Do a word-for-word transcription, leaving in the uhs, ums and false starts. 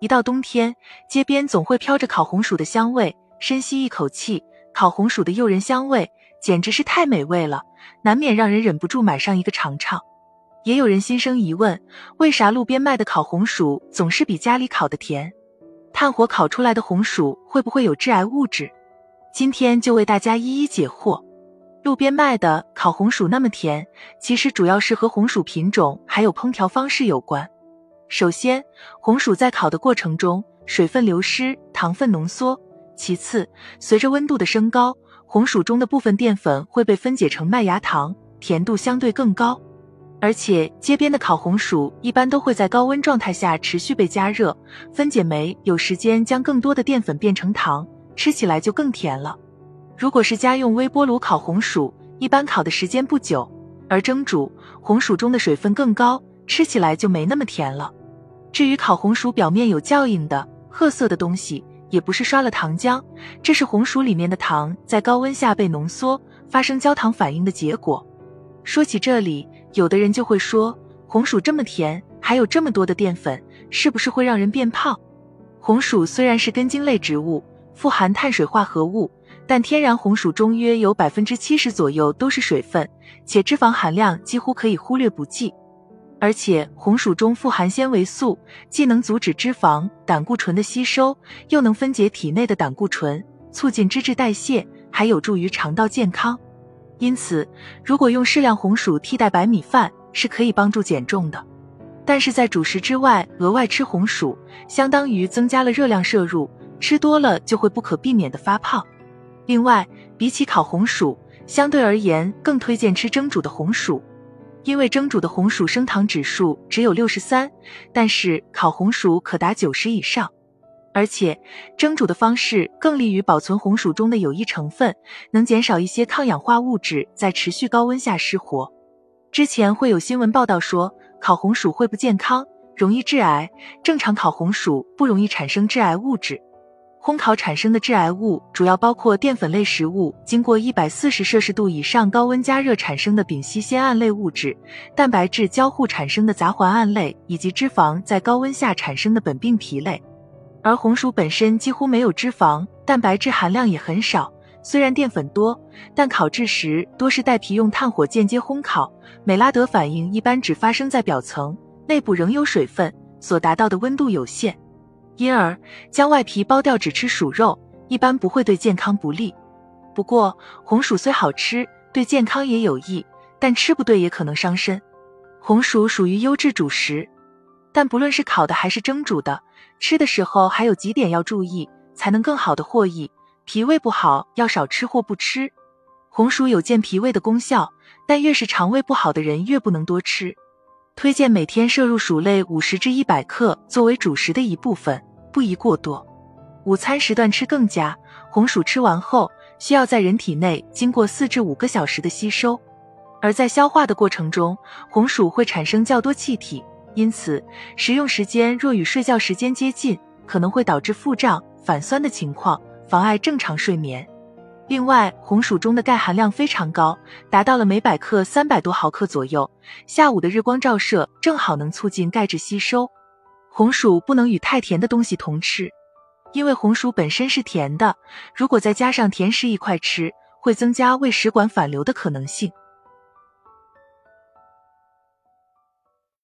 一到冬天，街边总会飘着烤红薯的香味，深吸一口气，烤红薯的诱人香味简直是太美味了，难免让人忍不住买上一个尝尝。也有人心生疑问，为啥路边卖的烤红薯总是比家里烤的甜？炭火烤出来的红薯会不会有致癌物质？今天就为大家一一解惑。路边卖的烤红薯那么甜，其实主要是和红薯品种还有烹调方式有关。首先，红薯在烤的过程中，水分流失，糖分浓缩。其次，随着温度的升高，红薯中的部分淀粉会被分解成麦芽糖，甜度相对更高。而且街边的烤红薯一般都会在高温状态下持续被加热，分解酶有时间将更多的淀粉变成糖，吃起来就更甜了。如果是家用微波炉烤红薯，一般烤的时间不久，而蒸煮红薯中的水分更高，吃起来就没那么甜了。至于烤红薯表面有烙印的褐色的东西，也不是刷了糖浆，这是红薯里面的糖在高温下被浓缩，发生焦糖反应的结果。说起这里，有的人就会说，红薯这么甜，还有这么多的淀粉，是不是会让人变胖？红薯虽然是根茎类植物，富含碳水化合物，但天然红薯中约有 百分之七十 左右都是水分，且脂肪含量几乎可以忽略不计。而且红薯中富含纤维素，既能阻止脂肪、胆固醇的吸收，又能分解体内的胆固醇，促进脂质代谢，还有助于肠道健康。因此，如果用适量红薯替代白米饭，是可以帮助减重的。但是在主食之外额外吃红薯，相当于增加了热量摄入，吃多了就会不可避免的发胖。另外，比起烤红薯，相对而言更推荐吃蒸煮的红薯。因为蒸煮的红薯升糖指数只有六十三，但是烤红薯可达九十以上。而且蒸煮的方式更利于保存红薯中的有益成分，能减少一些抗氧化物质在持续高温下失活。之前会有新闻报道说，烤红薯会不健康，容易致癌，正常烤红薯不容易产生致癌物质。烘烤产生的致癌物主要包括淀粉类食物经过一百四十摄氏度以上高温加热产生的丙烯酰胺类物质，蛋白质交互产生的杂环胺类，以及脂肪在高温下产生的苯并芘类。而红薯本身几乎没有脂肪，蛋白质含量也很少，虽然淀粉多，但烤制时多是带皮用炭火间接烘烤，美拉德反应一般只发生在表层，内部仍有水分，所达到的温度有限。因而将外皮剥掉只吃薯肉，一般不会对健康不利。不过红薯虽好吃，对健康也有益，但吃不对也可能伤身。红薯属于优质主食，但不论是烤的还是蒸煮的，吃的时候还有几点要注意，才能更好的获益。脾胃不好要少吃或不吃。红薯有健脾胃的功效，但越是肠胃不好的人越不能多吃。推荐每天摄入薯类五十至一百克作为主食的一部分，不宜过多。午餐时段吃更佳，红薯吃完后需要在人体内经过四至五个小时的吸收，而在消化的过程中，红薯会产生较多气体，因此食用时间若与睡觉时间接近，可能会导致腹胀、反酸的情况，妨碍正常睡眠。另外，红薯中的钙含量非常高，达到了每百克三百多毫克左右，下午的日光照射正好能促进钙质吸收。红薯不能与太甜的东西同吃，因为红薯本身是甜的，如果再加上甜食一块吃，会增加胃食管反流的可能性。